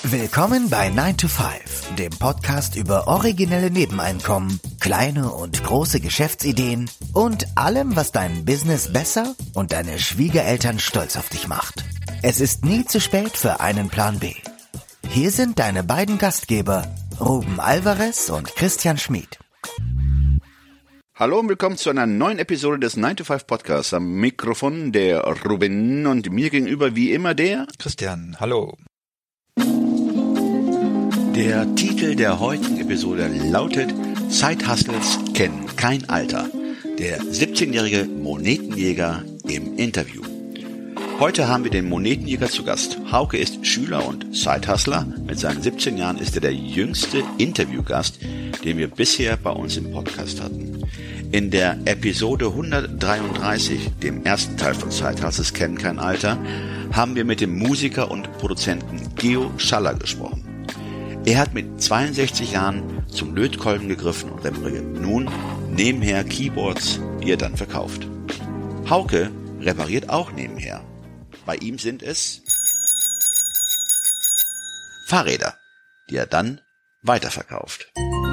Willkommen bei 9 to 5, dem Podcast über originelle Nebeneinkommen, kleine und große Geschäftsideen und allem, was dein Business besser und deine Schwiegereltern stolz auf dich macht. Es ist nie zu spät für einen Plan B. Hier sind deine beiden Gastgeber, Ruben Alvarez und Christian Schmid. Hallo und willkommen zu einer neuen Episode des 9 to 5 Podcasts. Am Mikrofon der Ruben und mir gegenüber wie immer der Christian. Hallo. Der Titel der heutigen Episode lautet Side-Hustles kennen kein Alter. Der 17-jährige Monetenjäger im Interview. Heute haben wir den Monetenjäger zu Gast. Hauke ist Schüler und Side-Hustler. Mit seinen 17 Jahren ist er der jüngste Interviewgast, den wir bisher bei uns im Podcast hatten. In der Episode 133, dem ersten Teil von Side-Hustles kennen kein Alter, haben wir mit dem Musiker und Produzenten Geo Schaller gesprochen. Er hat mit 62 Jahren zum Lötkolben gegriffen und repariert nun nebenher Keyboards, die er dann verkauft. Hauke repariert auch nebenher. Bei ihm sind es Fahrräder, die er dann weiterverkauft.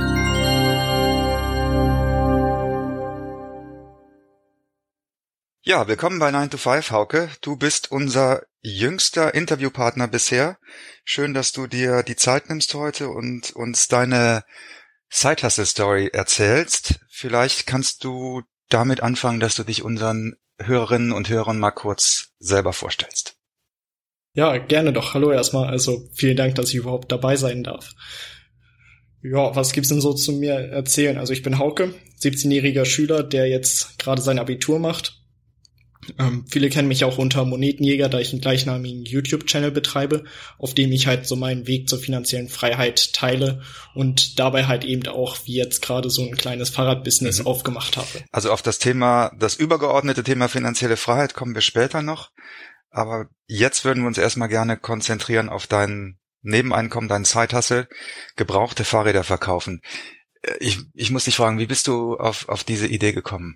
Ja, willkommen bei 9 to 5, Hauke. Du bist unser jüngster Interviewpartner bisher. Schön, dass du dir die Zeit nimmst heute und uns deine Side-Hustle-Story erzählst. Vielleicht kannst du damit anfangen, dass du dich unseren Hörerinnen und Hörern mal kurz selber vorstellst. Ja, gerne doch. Hallo erstmal. Also vielen Dank, dass ich überhaupt dabei sein darf. Ja, was gibt's denn so zu mir erzählen? Also ich bin Hauke, 17-jähriger Schüler, der jetzt gerade sein Abitur macht. Viele kennen mich auch unter Monetenjäger, da ich einen gleichnamigen YouTube-Channel betreibe, auf dem ich halt so meinen Weg zur finanziellen Freiheit teile und dabei halt eben auch, wie jetzt gerade, so ein kleines Fahrradbusiness aufgemacht habe. Also auf das übergeordnete Thema finanzielle Freiheit kommen wir später noch, aber jetzt würden wir uns erstmal gerne konzentrieren auf dein Nebeneinkommen, deinen Side-Hustle, gebrauchte Fahrräder verkaufen. Ich muss dich fragen, wie bist du auf diese Idee gekommen?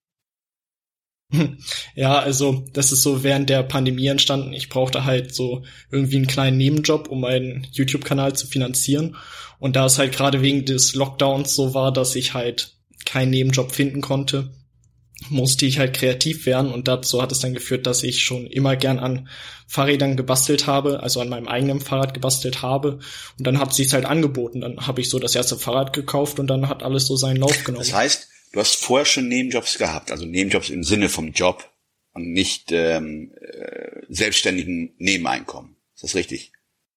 Ja, also das ist so während der Pandemie entstanden. Ich brauchte halt so irgendwie einen kleinen Nebenjob, um meinen YouTube-Kanal zu finanzieren. Und da es halt gerade wegen des Lockdowns so war, dass ich halt keinen Nebenjob finden konnte, musste ich halt kreativ werden. Und dazu hat es dann geführt, dass ich schon immer gern an Fahrrädern gebastelt habe, also an meinem eigenen Fahrrad gebastelt habe. Und dann hat es sich halt angeboten. Dann habe ich so das erste Fahrrad gekauft und dann hat alles so seinen Lauf genommen. Das heißt, du hast vorher schon Nebenjobs gehabt, also Nebenjobs im Sinne vom Job und nicht selbstständigen Nebeneinkommen. Ist das richtig?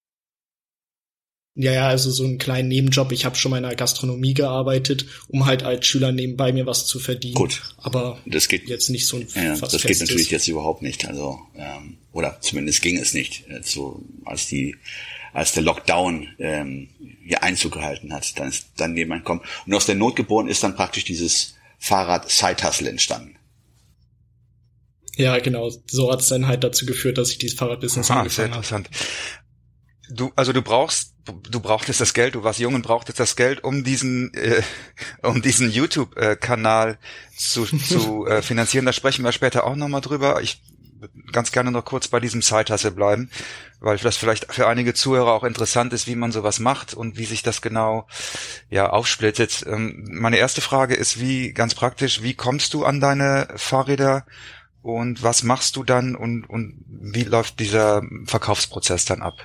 Ja, also so einen kleinen Nebenjob. Ich habe schon mal in der Gastronomie gearbeitet, um halt als Schüler nebenbei mir was zu verdienen. Gut. Aber das geht jetzt nicht so ein das Festes. geht natürlich jetzt überhaupt nicht. Also oder zumindest ging es nicht, so als der Lockdown hier Einzug gehalten hat, dann ist dann Nebeneinkommen. Und aus der Not geboren ist dann praktisch dieses Fahrrad Side-Hustle entstanden. Ja, genau. So hat es dann halt dazu geführt, dass ich dieses Fahrradbusiness angefangen habe. Sehr interessant. Du brauchtest das Geld, du warst jung und brauchtest das Geld, um diesen YouTube-Kanal zu finanzieren. Da sprechen wir später auch nochmal drüber. Ich würde ganz gerne noch kurz bei diesem Side-Hustle bleiben, weil das vielleicht für einige Zuhörer auch interessant ist, wie man sowas macht und wie sich das genau aufsplittet. Meine erste Frage ist, ganz praktisch, wie kommst du an deine Fahrräder und was machst du dann und wie läuft dieser Verkaufsprozess dann ab?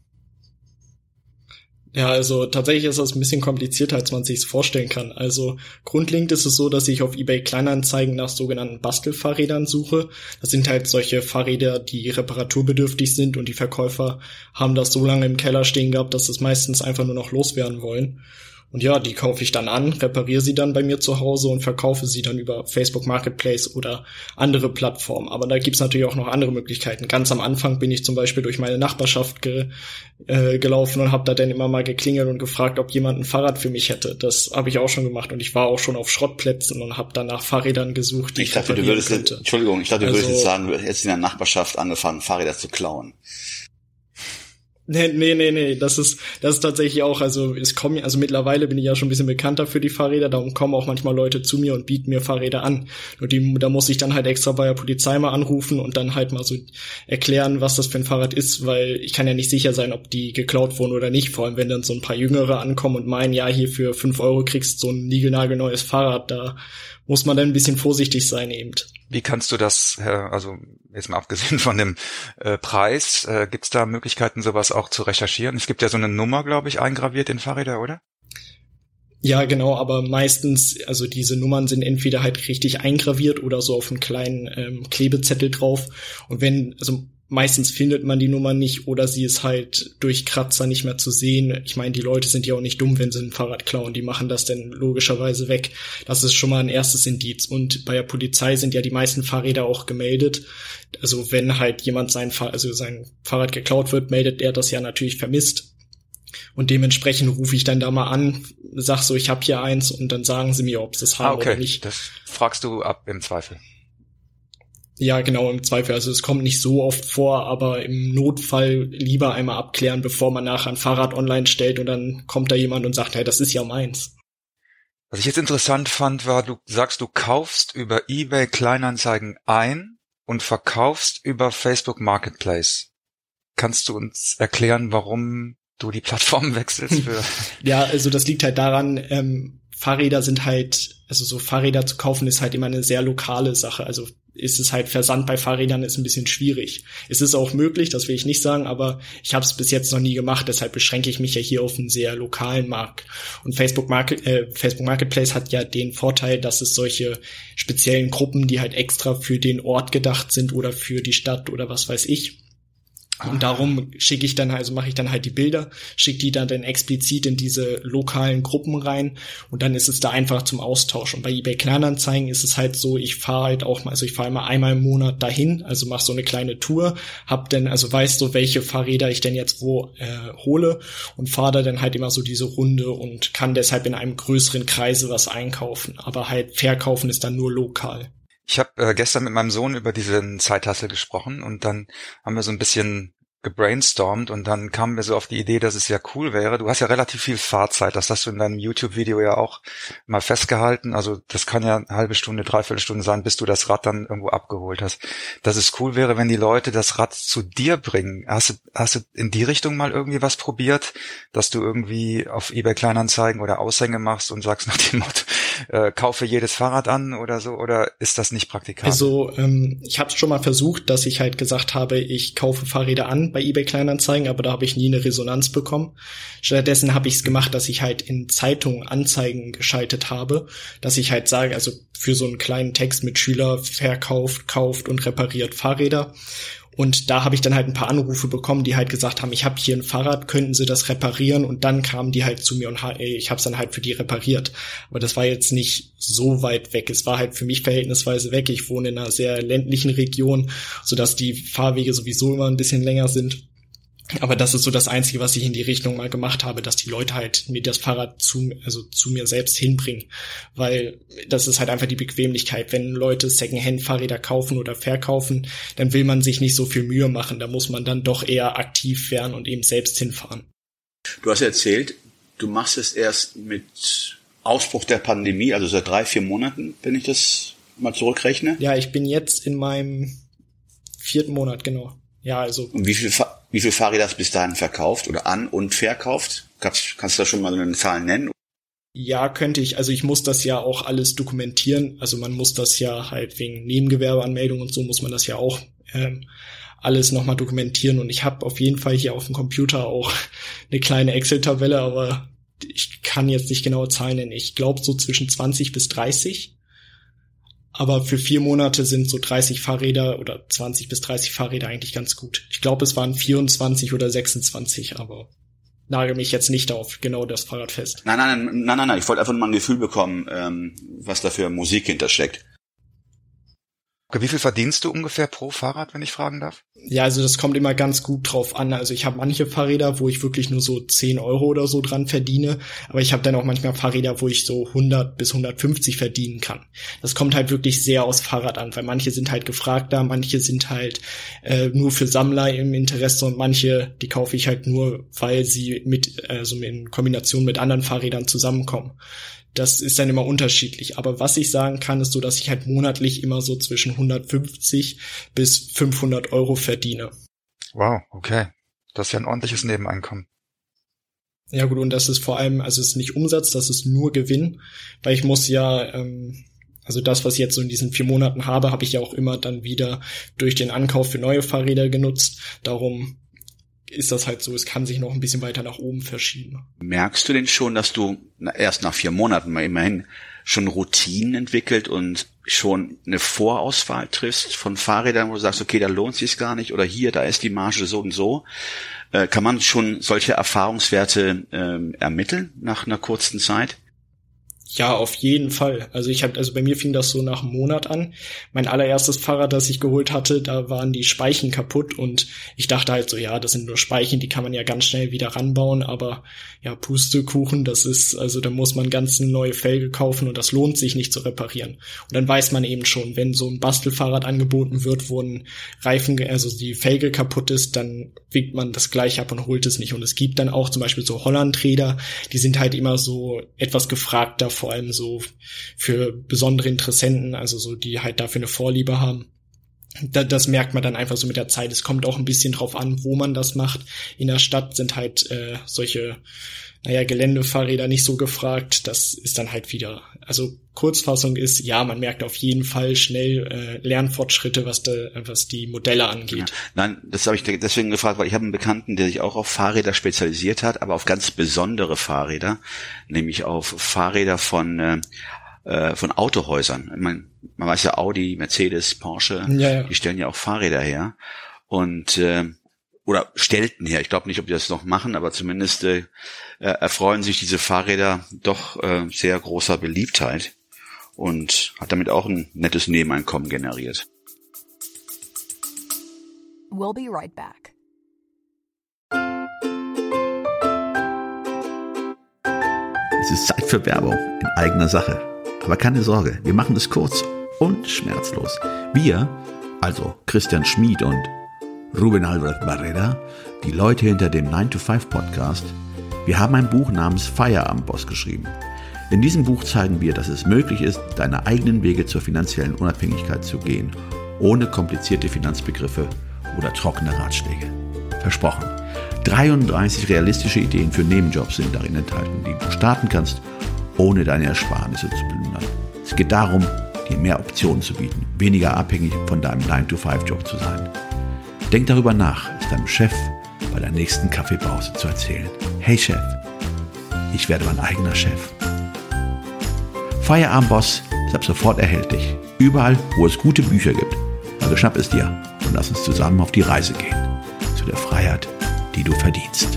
Ja, also tatsächlich ist das ein bisschen komplizierter, als man sich vorstellen kann. Also grundlegend ist es so, dass ich auf eBay Kleinanzeigen nach sogenannten Bastelfahrrädern suche. Das sind halt solche Fahrräder, die reparaturbedürftig sind und die Verkäufer haben das so lange im Keller stehen gehabt, dass es meistens einfach nur noch loswerden wollen. Und ja, die kaufe ich dann an, repariere sie dann bei mir zu Hause und verkaufe sie dann über Facebook Marketplace oder andere Plattformen. Aber da gibt's natürlich auch noch andere Möglichkeiten. Ganz am Anfang bin ich zum Beispiel durch meine Nachbarschaft gelaufen und habe da dann immer mal geklingelt und gefragt, ob jemand ein Fahrrad für mich hätte. Das habe ich auch schon gemacht und ich war auch schon auf Schrottplätzen und habe dann nach Fahrrädern gesucht, die ich reparieren könnte. Du würdest jetzt sagen, du hättest in der Nachbarschaft angefangen, Fahrräder zu klauen. Nee. Das ist tatsächlich auch, also mittlerweile bin ich ja schon ein bisschen bekannter für die Fahrräder, darum kommen auch manchmal Leute zu mir und bieten mir Fahrräder an. Nur da muss ich dann halt extra bei der Polizei mal anrufen und dann halt mal so erklären, was das für ein Fahrrad ist, weil ich kann ja nicht sicher sein, ob die geklaut wurden oder nicht. Vor allem, wenn dann so ein paar Jüngere ankommen und meinen, ja, hier für 5 Euro kriegst du so ein niegelnagelneues Fahrrad, da muss man dann ein bisschen vorsichtig sein eben. Wie kannst du das, also jetzt mal abgesehen von dem Preis, gibt es da Möglichkeiten, sowas auch zu recherchieren? Es gibt ja so eine Nummer, glaube ich, eingraviert in Fahrräder, oder? Ja, genau, aber meistens, also diese Nummern sind entweder halt richtig eingraviert oder so auf einen kleinen Klebezettel drauf. Und meistens findet man die Nummer nicht oder sie ist halt durch Kratzer nicht mehr zu sehen. Ich meine, die Leute sind ja auch nicht dumm, wenn sie ein Fahrrad klauen. Die machen das dann logischerweise weg. Das ist schon mal ein erstes Indiz. Und bei der Polizei sind ja die meisten Fahrräder auch gemeldet. Also wenn halt jemand sein Fahrrad geklaut wird, meldet er das ja natürlich vermisst. Und dementsprechend rufe ich dann da mal an, sag so, ich habe hier eins und dann sagen sie mir, ob sie es haben oder nicht. Das fragst du ab im Zweifel. Ja, genau, im Zweifel. Also es kommt nicht so oft vor, aber im Notfall lieber einmal abklären, bevor man nachher ein Fahrrad online stellt und dann kommt da jemand und sagt, hey, das ist ja meins. Was ich jetzt interessant fand, war, du sagst, du kaufst über eBay Kleinanzeigen ein und verkaufst über Facebook Marketplace. Kannst du uns erklären, warum du die Plattform wechselst für? Ja, also das liegt halt daran, Fahrräder sind halt, also so Fahrräder zu kaufen ist halt immer eine sehr lokale Sache. Also ist es halt Versand bei Fahrrädern ist ein bisschen schwierig. Es ist auch möglich, das will ich nicht sagen, aber ich habe es bis jetzt noch nie gemacht, deshalb beschränke ich mich ja hier auf einen sehr lokalen Markt. Und Facebook Marketplace hat ja den Vorteil, dass es solche speziellen Gruppen, die halt extra für den Ort gedacht sind oder für die Stadt oder was weiß ich. Und darum mache ich dann halt die Bilder, schicke die dann explizit in diese lokalen Gruppen rein und dann ist es da einfach zum Austausch. Und bei eBay Kleinanzeigen ist es halt so, ich fahre immer einmal im Monat dahin, also mache so eine kleine Tour, weiß so, welche Fahrräder ich denn jetzt wo hole und fahre da dann halt immer so diese Runde und kann deshalb in einem größeren Kreise was einkaufen. Aber halt verkaufen ist dann nur lokal. Ich habe gestern mit meinem Sohn über diesen Side-Hustle gesprochen und dann haben wir so ein bisschen gebrainstormt und dann kamen wir so auf die Idee, dass es ja cool wäre. Du hast ja relativ viel Fahrzeit, das hast du in deinem YouTube-Video ja auch mal festgehalten. Also das kann ja eine halbe Stunde, dreiviertel Stunde sein, bis du das Rad dann irgendwo abgeholt hast. Dass es cool wäre, wenn die Leute das Rad zu dir bringen. Hast du in die Richtung mal irgendwie was probiert, dass du irgendwie auf eBay Kleinanzeigen oder Aushänge machst und sagst nach dem Motto, kaufe jedes Fahrrad an oder so, oder ist das nicht praktikabel? Also ich habe es schon mal versucht, dass ich halt gesagt habe, ich kaufe Fahrräder an bei eBay Kleinanzeigen, aber da habe ich nie eine Resonanz bekommen. Stattdessen habe ich es gemacht, dass ich halt in Zeitungen Anzeigen geschaltet habe, dass ich halt sage, also für so einen kleinen Text mit Schüler verkauft, kauft und repariert Fahrräder. Und da habe ich dann halt ein paar Anrufe bekommen, die halt gesagt haben, ich habe hier ein Fahrrad, könnten Sie das reparieren? Und dann kamen die halt zu mir und ich habe es dann halt für die repariert. Aber das war jetzt nicht so weit weg. Es war halt für mich verhältnisweise weg. Ich wohne in einer sehr ländlichen Region, sodass die Fahrwege sowieso immer ein bisschen länger sind. Aber das ist so das Einzige, was ich in die Richtung mal gemacht habe, dass die Leute halt mir das Fahrrad zu mir selbst hinbringen. Weil das ist halt einfach die Bequemlichkeit. Wenn Leute Secondhand-Fahrräder kaufen oder verkaufen, dann will man sich nicht so viel Mühe machen. Da muss man dann doch eher aktiv werden und eben selbst hinfahren. Du hast erzählt, du machst es erst mit Ausbruch der Pandemie, also seit 3-4 Monaten, wenn ich das mal zurückrechne. Ja, ich bin jetzt in meinem 4. Monat, genau. Ja, also. Und wie viel Fahrräder hast du bis dahin verkauft oder an- und verkauft? Kannst du da schon mal so eine Zahl nennen? Ja, könnte ich. Also ich muss das ja auch alles dokumentieren. Also man muss das ja halt wegen Nebengewerbeanmeldung und so muss man das ja auch alles nochmal dokumentieren. Und ich habe auf jeden Fall hier auf dem Computer auch eine kleine Excel-Tabelle, aber ich kann jetzt nicht genaue Zahlen nennen. Ich glaube so zwischen 20 bis 30. Aber für 4 Monate sind so 30 Fahrräder oder 20 bis 30 Fahrräder eigentlich ganz gut. Ich glaube, es waren 24 oder 26, aber nagel mich jetzt nicht auf genau das Fahrrad fest. Nein. Ich wollte einfach nur mal ein Gefühl bekommen, was da für Musik hintersteckt. Wie viel verdienst du ungefähr pro Fahrrad, wenn ich fragen darf? Ja, also das kommt immer ganz gut drauf an. Also ich habe manche Fahrräder, wo ich wirklich nur so 10 Euro oder so dran verdiene, aber ich habe dann auch manchmal Fahrräder, wo ich so 100 bis 150 verdienen kann. Das kommt halt wirklich sehr aufs Fahrrad an, weil manche sind halt gefragter, manche sind halt nur für Sammler im Interesse und manche, die kaufe ich halt nur, weil sie in Kombination mit anderen Fahrrädern zusammenkommen. Das ist dann immer unterschiedlich. Aber was ich sagen kann, ist so, dass ich halt monatlich immer so zwischen 150 bis 500 Euro verdiene. Wow, okay. Das ist ja ein ordentliches Nebeneinkommen. Ja gut, und das ist vor allem, also es ist nicht Umsatz, das ist nur Gewinn, weil ich muss ja, also das, was ich jetzt so in diesen 4 Monaten habe ich ja auch immer dann wieder durch den Ankauf für neue Fahrräder genutzt. Darum ist das halt so, es kann sich noch ein bisschen weiter nach oben verschieben. Merkst du denn schon, dass du erst nach 4 Monaten mal immerhin schon Routinen entwickelt und schon eine Vorauswahl triffst von Fahrrädern, wo du sagst, okay, da lohnt sich's gar nicht oder hier, da ist die Marge so und so? Kann man schon solche Erfahrungswerte ermitteln nach einer kurzen Zeit? Ja, auf jeden Fall. Also bei mir fing das so nach einem Monat an. Mein allererstes Fahrrad, das ich geholt hatte, da waren die Speichen kaputt und ich dachte halt so, ja, das sind nur Speichen, die kann man ja ganz schnell wieder ranbauen, aber ja, Pustekuchen, da muss man ganz eine neue Felge kaufen und das lohnt sich nicht zu reparieren. Und dann weiß man eben schon, wenn so ein Bastelfahrrad angeboten wird, wo ein Reifen, also die Felge kaputt ist, dann wiegt man das gleich ab und holt es nicht. Und es gibt dann auch zum Beispiel so Hollandräder, die sind halt immer so etwas gefragter, vor allem so für besondere Interessenten, also so, die halt dafür eine Vorliebe haben. Das merkt man dann einfach so mit der Zeit. Es kommt auch ein bisschen drauf an, wo man das macht. In der Stadt sind halt solche, Geländefahrräder nicht so gefragt. Das ist dann halt wieder, also Kurzfassung ist, ja, man merkt auf jeden Fall schnell Lernfortschritte, was die Modelle angeht. Ja. Nein, das habe ich deswegen gefragt, weil ich habe einen Bekannten, der sich auch auf Fahrräder spezialisiert hat, aber auf ganz besondere Fahrräder, nämlich auf Fahrräder von Autohäusern. Man weiß ja, Audi, Mercedes, Porsche, ja. Die stellen ja auch Fahrräder her und oder stellten her. Ich glaube nicht, ob die das noch machen, aber zumindest erfreuen sich diese Fahrräder doch sehr großer Beliebtheit und hat damit auch ein nettes Nebeneinkommen generiert. We'll be right back. Es ist Zeit für Werbung in eigener Sache. Aber keine Sorge, wir machen es kurz und schmerzlos. Wir, also Christian Schmid und Rubén Albert Barrera, die Leute hinter dem 9-to-5-Podcast, wir haben ein Buch namens Feierabendboss geschrieben. In diesem Buch zeigen wir, dass es möglich ist, deine eigenen Wege zur finanziellen Unabhängigkeit zu gehen, ohne komplizierte Finanzbegriffe oder trockene Ratschläge. Versprochen. 33 realistische Ideen für Nebenjobs sind darin enthalten, die du starten kannst, ohne deine Ersparnisse zu plündern. Es geht darum, dir mehr Optionen zu bieten, weniger abhängig von deinem 9-to-5-Job zu sein. Denk darüber nach, es deinem Chef bei der nächsten Kaffeepause zu erzählen. Hey Chef, ich werde mein eigener Chef. Feierabendboss ist ab sofort erhältlich. Überall, wo es gute Bücher gibt. Also schnapp es dir und lass uns zusammen auf die Reise gehen. Zu der Freiheit, die du verdienst.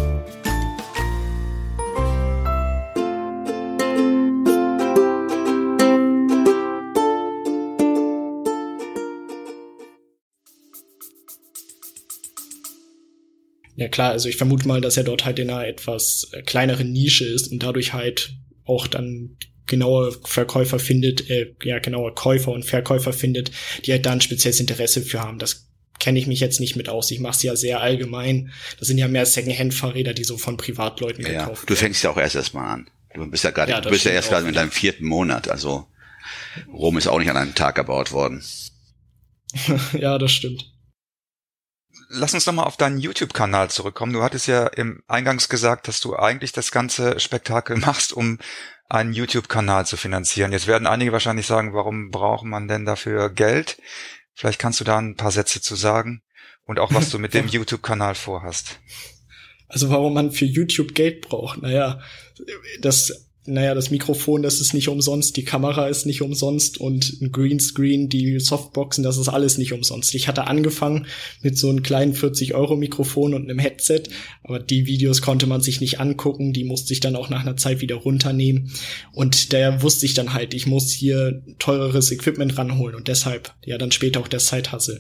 Ja klar, also ich vermute mal, dass er dort halt in einer etwas kleineren Nische ist und dadurch halt auch dann genaue Käufer und Verkäufer findet, die halt da ein spezielles Interesse für haben. Das kenne ich mich jetzt nicht mit aus. Ich mache es ja sehr allgemein. Das sind ja mehr Secondhand-Fahrräder, die so von Privatleuten gekauft werden. Du fängst ja auch erst mal an. Du bist ja erst gerade in deinem 4. Monat. Also Rom ist auch nicht an einem Tag erbaut worden. Ja, das stimmt. Lass uns nochmal auf deinen YouTube-Kanal zurückkommen. Du hattest ja eingangs gesagt, dass du eigentlich das ganze Spektakel machst, um einen YouTube-Kanal zu finanzieren. Jetzt werden einige wahrscheinlich sagen, warum braucht man denn dafür Geld? Vielleicht kannst du da ein paar Sätze zu sagen und auch, was du mit dem YouTube-Kanal vorhast. Also warum man für YouTube Geld braucht? Naja, das das Mikrofon, das ist nicht umsonst, die Kamera ist nicht umsonst und ein Greenscreen, die Softboxen, das ist alles nicht umsonst. Ich hatte angefangen mit so einem kleinen 40-Euro-Mikrofon und einem Headset, aber die Videos konnte man sich nicht angucken, die musste ich dann auch nach einer Zeit wieder runternehmen und da wusste ich dann halt, ich muss hier teureres Equipment ranholen und deshalb ja dann später auch der Side-Hustle.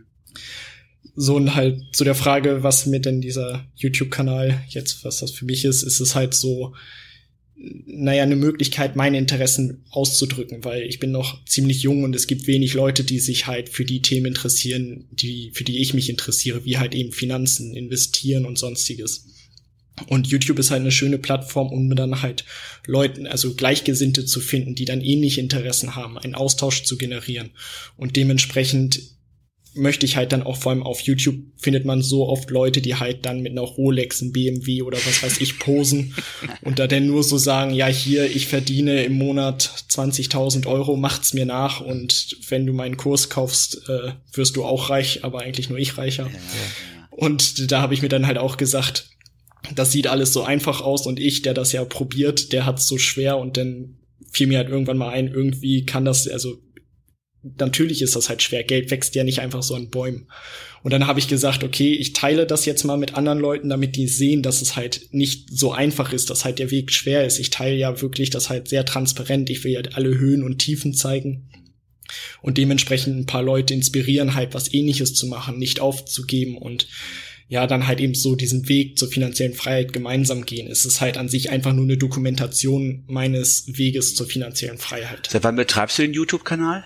So und halt zu der Frage, was mir denn dieser YouTube-Kanal jetzt, was das für mich ist es halt so, eine Möglichkeit, meine Interessen auszudrücken, weil ich bin noch ziemlich jung und es gibt wenig Leute, die sich halt für die Themen interessieren, für die ich mich interessiere, wie halt eben Finanzen, Investieren und Sonstiges. Und YouTube ist halt eine schöne Plattform, um dann halt Leuten, also Gleichgesinnte zu finden, die dann ähnliche Interessen haben, einen Austausch zu generieren. Und dementsprechend möchte ich halt dann auch, vor allem auf YouTube findet man so oft Leute, die halt dann mit einer Rolex, einem BMW oder was weiß ich posen und da dann nur so sagen, ja hier, ich verdiene im Monat 20.000 Euro, macht's mir nach und wenn du meinen Kurs kaufst, wirst du auch reich, aber eigentlich nur ich reicher. Und da habe ich mir dann halt auch gesagt, das sieht alles so einfach aus und ich, der das ja probiert, der hat's so schwer und dann fiel mir halt irgendwann mal ein, irgendwie kann das, also natürlich ist das halt schwer. Geld wächst ja nicht einfach so an Bäumen. Und dann habe ich gesagt, okay, ich teile das jetzt mal mit anderen Leuten, damit die sehen, dass es halt nicht so einfach ist, dass halt der Weg schwer ist. Ich teile ja wirklich das halt sehr transparent. Ich will ja alle Höhen und Tiefen zeigen und dementsprechend ein paar Leute inspirieren, halt was Ähnliches zu machen, nicht aufzugeben und ja, dann halt eben so diesen Weg zur finanziellen Freiheit gemeinsam gehen. Es ist halt an sich einfach nur eine Dokumentation meines Weges zur finanziellen Freiheit. Seit wann betreibst du den YouTube-Kanal?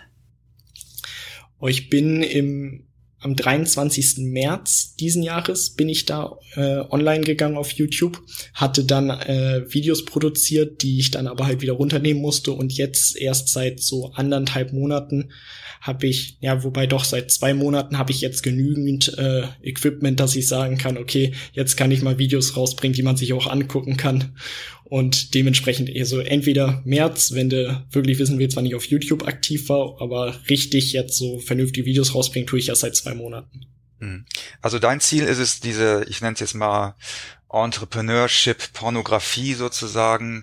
Ich bin am 23. März diesen Jahres bin ich da online gegangen auf YouTube, hatte dann Videos produziert, die ich dann aber halt wieder runternehmen musste und jetzt erst seit so 1,5 Monaten habe ich, ja, wobei doch seit 2 Monaten habe ich jetzt genügend Equipment, dass ich sagen kann, okay, jetzt kann ich mal Videos rausbringen, die man sich auch angucken kann. Und dementsprechend also entweder März, wenn du wirklich wissen willst, wann ich auf YouTube aktiv war, aber richtig jetzt so vernünftige Videos rausbringen, tue ich erst seit 2 Monaten. Also dein Ziel ist es, diese, ich nenne es jetzt mal Entrepreneurship, Pornografie sozusagen,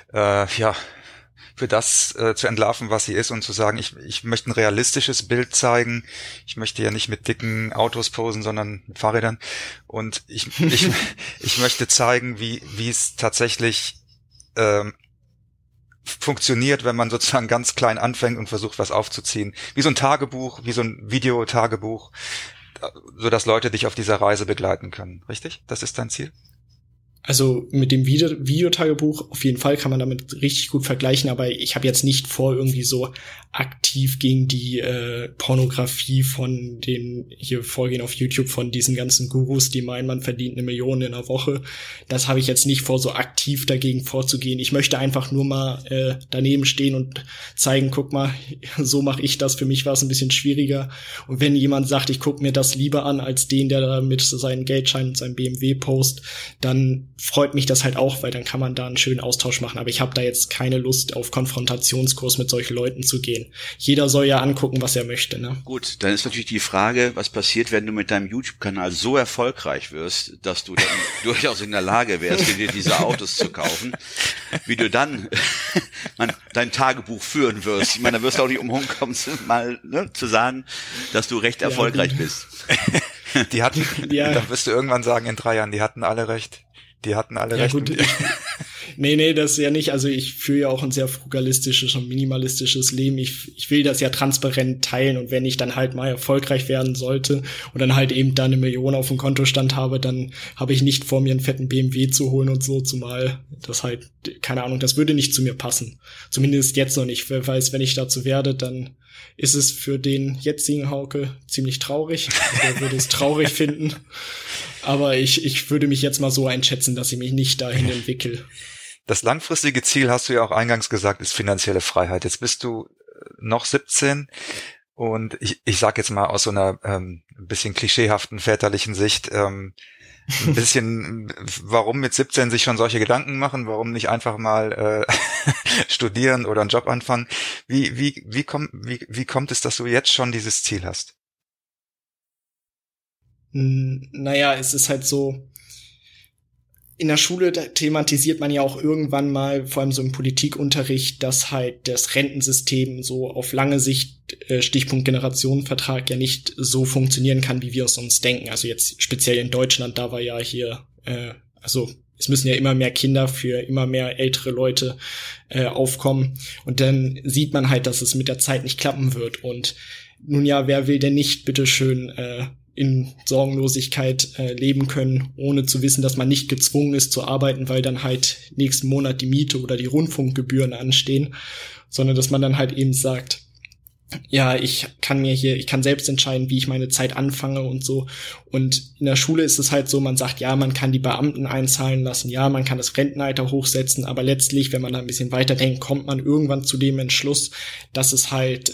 für das zu entlarven, was sie ist und zu sagen, ich möchte ein realistisches Bild zeigen. Ich möchte ja nicht mit dicken Autos posen, sondern mit Fahrrädern. Und ich möchte zeigen, wie es tatsächlich funktioniert, wenn man sozusagen ganz klein anfängt und versucht, was aufzuziehen. Wie so ein Tagebuch, wie so ein Videotagebuch, so dass Leute dich auf dieser Reise begleiten können. Richtig? Das ist dein Ziel? Also mit dem Videotagebuch auf jeden Fall kann man damit richtig gut vergleichen, aber ich habe jetzt nicht vor, irgendwie so aktiv gegen die Pornografie von den hier vorgehen auf YouTube von diesen ganzen Gurus, die meinen, man verdient 1 Million in einer Woche. Das habe ich jetzt nicht vor, so aktiv dagegen vorzugehen. Ich möchte einfach nur mal daneben stehen und zeigen, guck mal, so mache ich das. Für mich war es ein bisschen schwieriger. Und wenn jemand sagt, ich gucke mir das lieber an, als den, der da mit seinen Geldscheinen und seinem BMW post, dann freut mich das halt auch, weil dann kann man da einen schönen Austausch machen. Aber ich habe da jetzt keine Lust, auf Konfrontationskurs mit solchen Leuten zu gehen. Jeder soll ja angucken, was er möchte, ne? Gut, dann ist natürlich die Frage, was passiert, wenn du mit deinem YouTube-Kanal so erfolgreich wirst, dass du dann durchaus in der Lage wärst, dir diese Autos zu kaufen, wie du dann dein Tagebuch führen wirst. Ich meine, da wirst du auch nicht umhin kommen, mal zu sagen, dass du recht erfolgreich bist. Die hatten, da wirst du irgendwann sagen, in 3 Jahren, die hatten alle recht. Die hatten alle recht. Gut, nee, das ist ja nicht, also ich führe ja auch ein sehr frugalistisches und minimalistisches Leben. Ich will das ja transparent teilen und wenn ich dann halt mal erfolgreich werden sollte und dann halt eben da 1 Million auf dem Kontostand habe, dann habe ich nicht vor, mir einen fetten BMW zu holen und so, zumal das halt, keine Ahnung, das würde nicht zu mir passen. Zumindest jetzt noch nicht. Wer weiß, wenn ich dazu werde, dann ist es für den jetzigen Hauke ziemlich traurig. Also er würde es traurig finden. Aber ich würde mich jetzt mal so einschätzen, dass ich mich nicht dahin entwickle. Das langfristige Ziel, hast du ja auch eingangs gesagt, ist finanzielle Freiheit. Jetzt bist du noch 17 und ich sag jetzt mal aus so einer ein bisschen klischeehaften väterlichen Sicht, ein bisschen, warum mit 17 sich schon solche Gedanken machen, warum nicht einfach mal studieren oder einen Job anfangen. Wie kommt es, dass du jetzt schon dieses Ziel hast? Naja, es ist halt so, in der Schule thematisiert man ja auch irgendwann mal, vor allem so im Politikunterricht, dass halt das Rentensystem so auf lange Sicht, Stichpunkt Generationenvertrag, ja nicht so funktionieren kann, wie wir es uns denken. Also jetzt speziell in Deutschland, da war ja hier, also es müssen ja immer mehr Kinder für immer mehr ältere Leute aufkommen. Und dann sieht man halt, dass es mit der Zeit nicht klappen wird. Und nun ja, wer will denn nicht bitteschön in Sorgenlosigkeit leben können, ohne zu wissen, dass man nicht gezwungen ist zu arbeiten, weil dann halt nächsten Monat die Miete oder die Rundfunkgebühren anstehen, sondern dass man dann halt eben sagt, ja, ich kann selbst entscheiden, wie ich meine Zeit anfange und so. Und in der Schule ist es halt so, man sagt, ja, man kann die Beamten einzahlen lassen, ja, man kann das Rentenalter hochsetzen, aber letztlich, wenn man da ein bisschen weiterdenkt, kommt man irgendwann zu dem Entschluss, dass es halt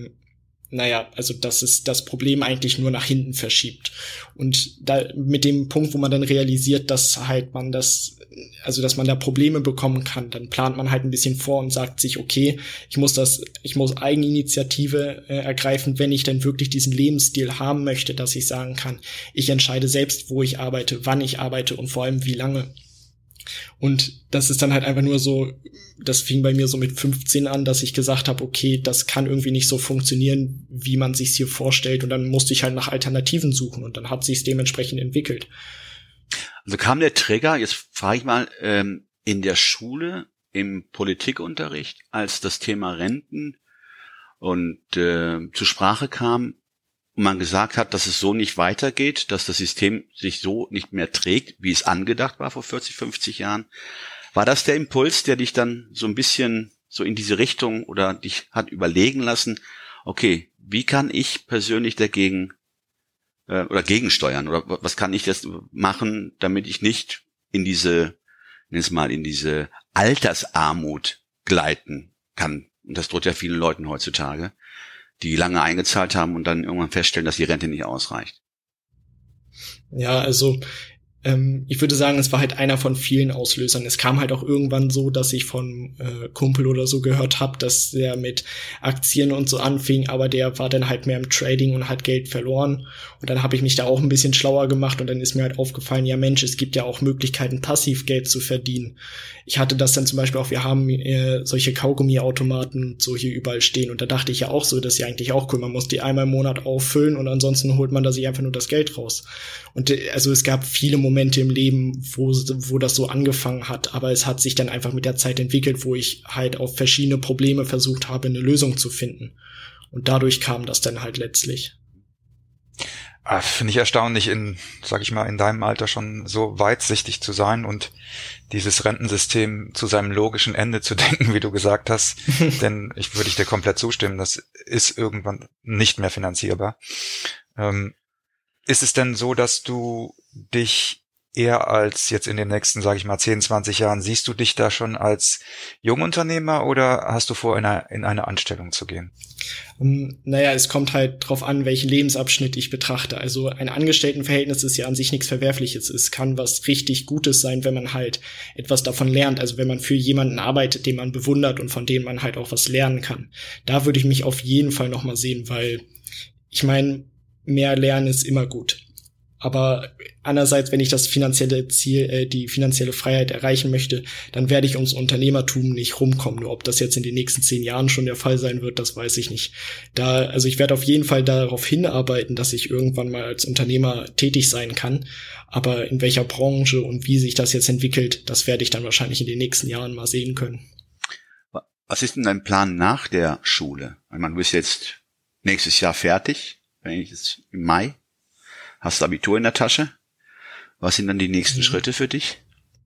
also dass es das Problem eigentlich nur nach hinten verschiebt. Und da mit dem Punkt, wo man dann realisiert, dass halt dass man da Probleme bekommen kann, dann plant man halt ein bisschen vor und sagt sich, okay, ich muss Eigeninitiative ergreifen, wenn ich denn wirklich diesen Lebensstil haben möchte, dass ich sagen kann, ich entscheide selbst, wo ich arbeite, wann ich arbeite und vor allem wie lange. Und das ist dann halt einfach nur so, das fing bei mir so mit 15 an, dass ich gesagt habe, okay, das kann irgendwie nicht so funktionieren, wie man sich's hier vorstellt. Und dann musste ich halt nach Alternativen suchen und dann hat sich's dementsprechend entwickelt. Also kam der Trigger, jetzt frage ich mal, in der Schule, im Politikunterricht, als das Thema Renten und zur Sprache kam, und man gesagt hat, dass es so nicht weitergeht, dass das System sich so nicht mehr trägt, wie es angedacht war vor 40, 50 Jahren. War das der Impuls, der dich dann so ein bisschen so in diese Richtung oder dich hat überlegen lassen, okay, wie kann ich persönlich dagegen oder gegensteuern oder was kann ich jetzt machen, damit ich nicht in diese Altersarmut gleiten kann? Und das droht ja vielen Leuten heutzutage, die lange eingezahlt haben und dann irgendwann feststellen, dass die Rente nicht ausreicht. Ja, also ich würde sagen, es war halt einer von vielen Auslösern. Es kam halt auch irgendwann so, dass ich von Kumpel oder so gehört habe, dass der mit Aktien und so anfing, aber der war dann halt mehr im Trading und hat Geld verloren. Und dann habe ich mich da auch ein bisschen schlauer gemacht und dann ist mir halt aufgefallen, ja Mensch, es gibt ja auch Möglichkeiten, Passivgeld zu verdienen. Ich hatte das dann zum Beispiel auch, wir haben solche Kaugummiautomaten so hier überall stehen und da dachte ich ja auch so, das ist ja eigentlich auch cool, man muss die einmal im Monat auffüllen und ansonsten holt man da sich einfach nur das Geld raus. Und also es gab viele Momente im Leben, wo das so angefangen hat, aber es hat sich dann einfach mit der Zeit entwickelt, wo ich halt auf verschiedene Probleme versucht habe, eine Lösung zu finden. Und dadurch kam das dann halt letztlich. Finde ich erstaunlich, in deinem Alter schon so weitsichtig zu sein und dieses Rentensystem zu seinem logischen Ende zu denken, wie du gesagt hast. Denn würde ich dir komplett zustimmen, das ist irgendwann nicht mehr finanzierbar. Ist es denn so, dass du dich eher als jetzt in den nächsten, 10, 20 Jahren, siehst du dich da schon als Jungunternehmer oder hast du vor, in eine Anstellung zu gehen? Es kommt halt drauf an, welchen Lebensabschnitt ich betrachte. Also ein Angestelltenverhältnis ist ja an sich nichts Verwerfliches. Es kann was richtig Gutes sein, wenn man halt etwas davon lernt. Also wenn man für jemanden arbeitet, den man bewundert und von dem man halt auch was lernen kann. Da würde ich mich auf jeden Fall nochmal sehen, weil ich meine, mehr Lernen ist immer gut. Aber andererseits, wenn ich das finanzielle Ziel, die finanzielle Freiheit erreichen möchte, dann werde ich ums Unternehmertum nicht rumkommen. Nur ob das jetzt in den nächsten 10 Jahren schon der Fall sein wird, das weiß ich nicht. Also ich werde auf jeden Fall darauf hinarbeiten, dass ich irgendwann mal als Unternehmer tätig sein kann. Aber in welcher Branche und wie sich das jetzt entwickelt, das werde ich dann wahrscheinlich in den nächsten Jahren mal sehen können. Was ist denn dein Plan nach der Schule? Du bist jetzt nächstes Jahr fertig, wenn ich jetzt im Mai. Hast du Abitur in der Tasche? Was sind dann die nächsten Schritte für dich?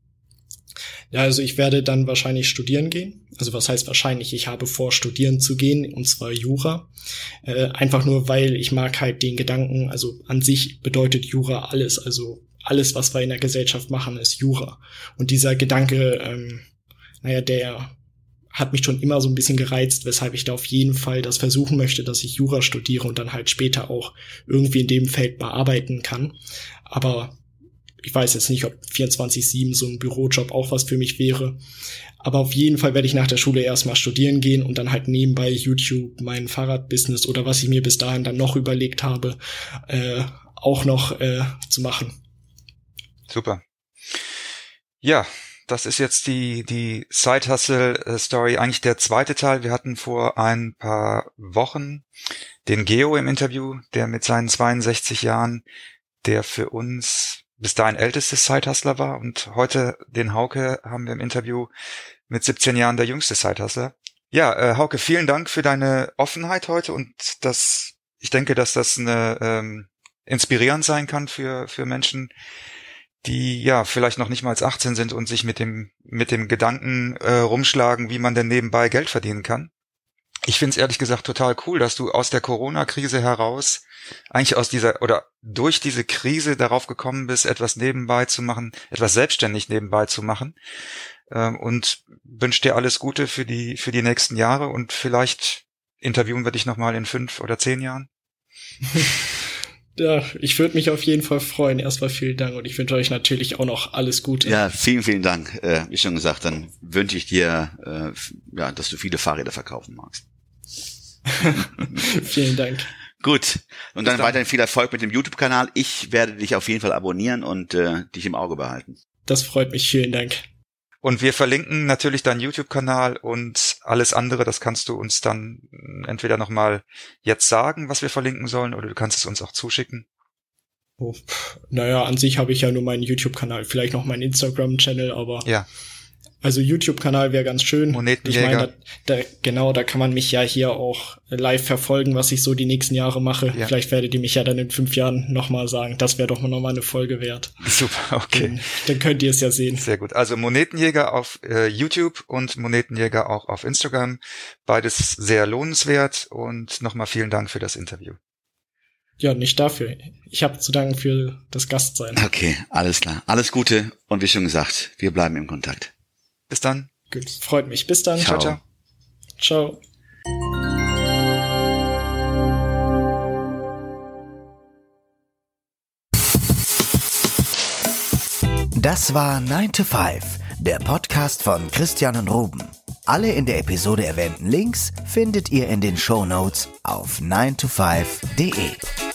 Ja, also ich werde dann wahrscheinlich studieren gehen. Also was heißt wahrscheinlich? Ich habe vor, studieren zu gehen, und zwar Jura. Einfach nur, weil ich mag halt den Gedanken, also an sich bedeutet Jura alles. Also alles, was wir in der Gesellschaft machen, ist Jura. Und dieser Gedanke, der hat mich schon immer so ein bisschen gereizt, weshalb ich da auf jeden Fall das versuchen möchte, dass ich Jura studiere und dann halt später auch irgendwie in dem Feld bearbeiten kann. Aber ich weiß jetzt nicht, ob 24/7 so ein Bürojob auch was für mich wäre. Aber auf jeden Fall werde ich nach der Schule erstmal studieren gehen und dann halt nebenbei YouTube, mein Fahrradbusiness oder was ich mir bis dahin dann noch überlegt habe, auch noch zu machen. Super. Ja, das ist jetzt die Side-Hustle-Story, eigentlich der zweite Teil. Wir hatten vor ein paar Wochen den Geo im Interview, der mit seinen 62 Jahren, der für uns bis dahin ältestes Side-Hustler war, und heute den Hauke haben wir im Interview mit 17 Jahren der jüngste Side-Hustler. Ja, Hauke, vielen Dank für deine Offenheit heute, und ich denke, dass das inspirierend sein kann für Menschen, die ja vielleicht noch nicht mal 18 sind und sich mit dem Gedanken rumschlagen, wie man denn nebenbei Geld verdienen kann. Ich finde es ehrlich gesagt total cool, dass du aus der Corona-Krise heraus, eigentlich durch diese Krise darauf gekommen bist, etwas nebenbei zu machen, etwas selbstständig nebenbei zu machen, und wünsche dir alles Gute für die nächsten Jahre, und vielleicht interviewen wir dich nochmal in 5 oder 10 Jahren. Ja, ich würde mich auf jeden Fall freuen. Erstmal vielen Dank, und ich wünsche euch natürlich auch noch alles Gute. Ja, vielen, vielen Dank. Wie schon gesagt, dann wünsche ich dir, dass du viele Fahrräder verkaufen magst. Vielen Dank. Gut. Und dann weiterhin viel Erfolg mit dem YouTube-Kanal. Ich werde dich auf jeden Fall abonnieren und dich im Auge behalten. Das freut mich. Vielen Dank. Und wir verlinken natürlich deinen YouTube-Kanal und alles andere. Das kannst du uns dann entweder nochmal jetzt sagen, was wir verlinken sollen, oder du kannst es uns auch zuschicken. Oh, naja, an sich habe ich ja nur meinen YouTube-Kanal, vielleicht noch meinen Instagram-Channel, aber ja. Also YouTube-Kanal wäre ganz schön. Monetenjäger. Ich meine, da kann man mich ja hier auch live verfolgen, was ich so die nächsten Jahre mache. Ja. Vielleicht werdet ihr mich ja dann in 5 Jahren nochmal sagen. Das wäre doch nochmal eine Folge wert. Super, okay. Dann könnt ihr es ja sehen. Sehr gut. Also Monetenjäger auf YouTube und Monetenjäger auch auf Instagram. Beides sehr lohnenswert, und nochmal vielen Dank für das Interview. Ja, nicht dafür. Ich habe zu danken für das Gastsein. Okay, alles klar. Alles Gute, und wie schon gesagt, wir bleiben im Kontakt. Bis dann. Gut, freut mich. Bis dann. Ciao, ciao. Ciao. Das war 9 to 5, der Podcast von Christian und Ruben. Alle in der Episode erwähnten Links findet ihr in den Shownotes auf 9to5.de.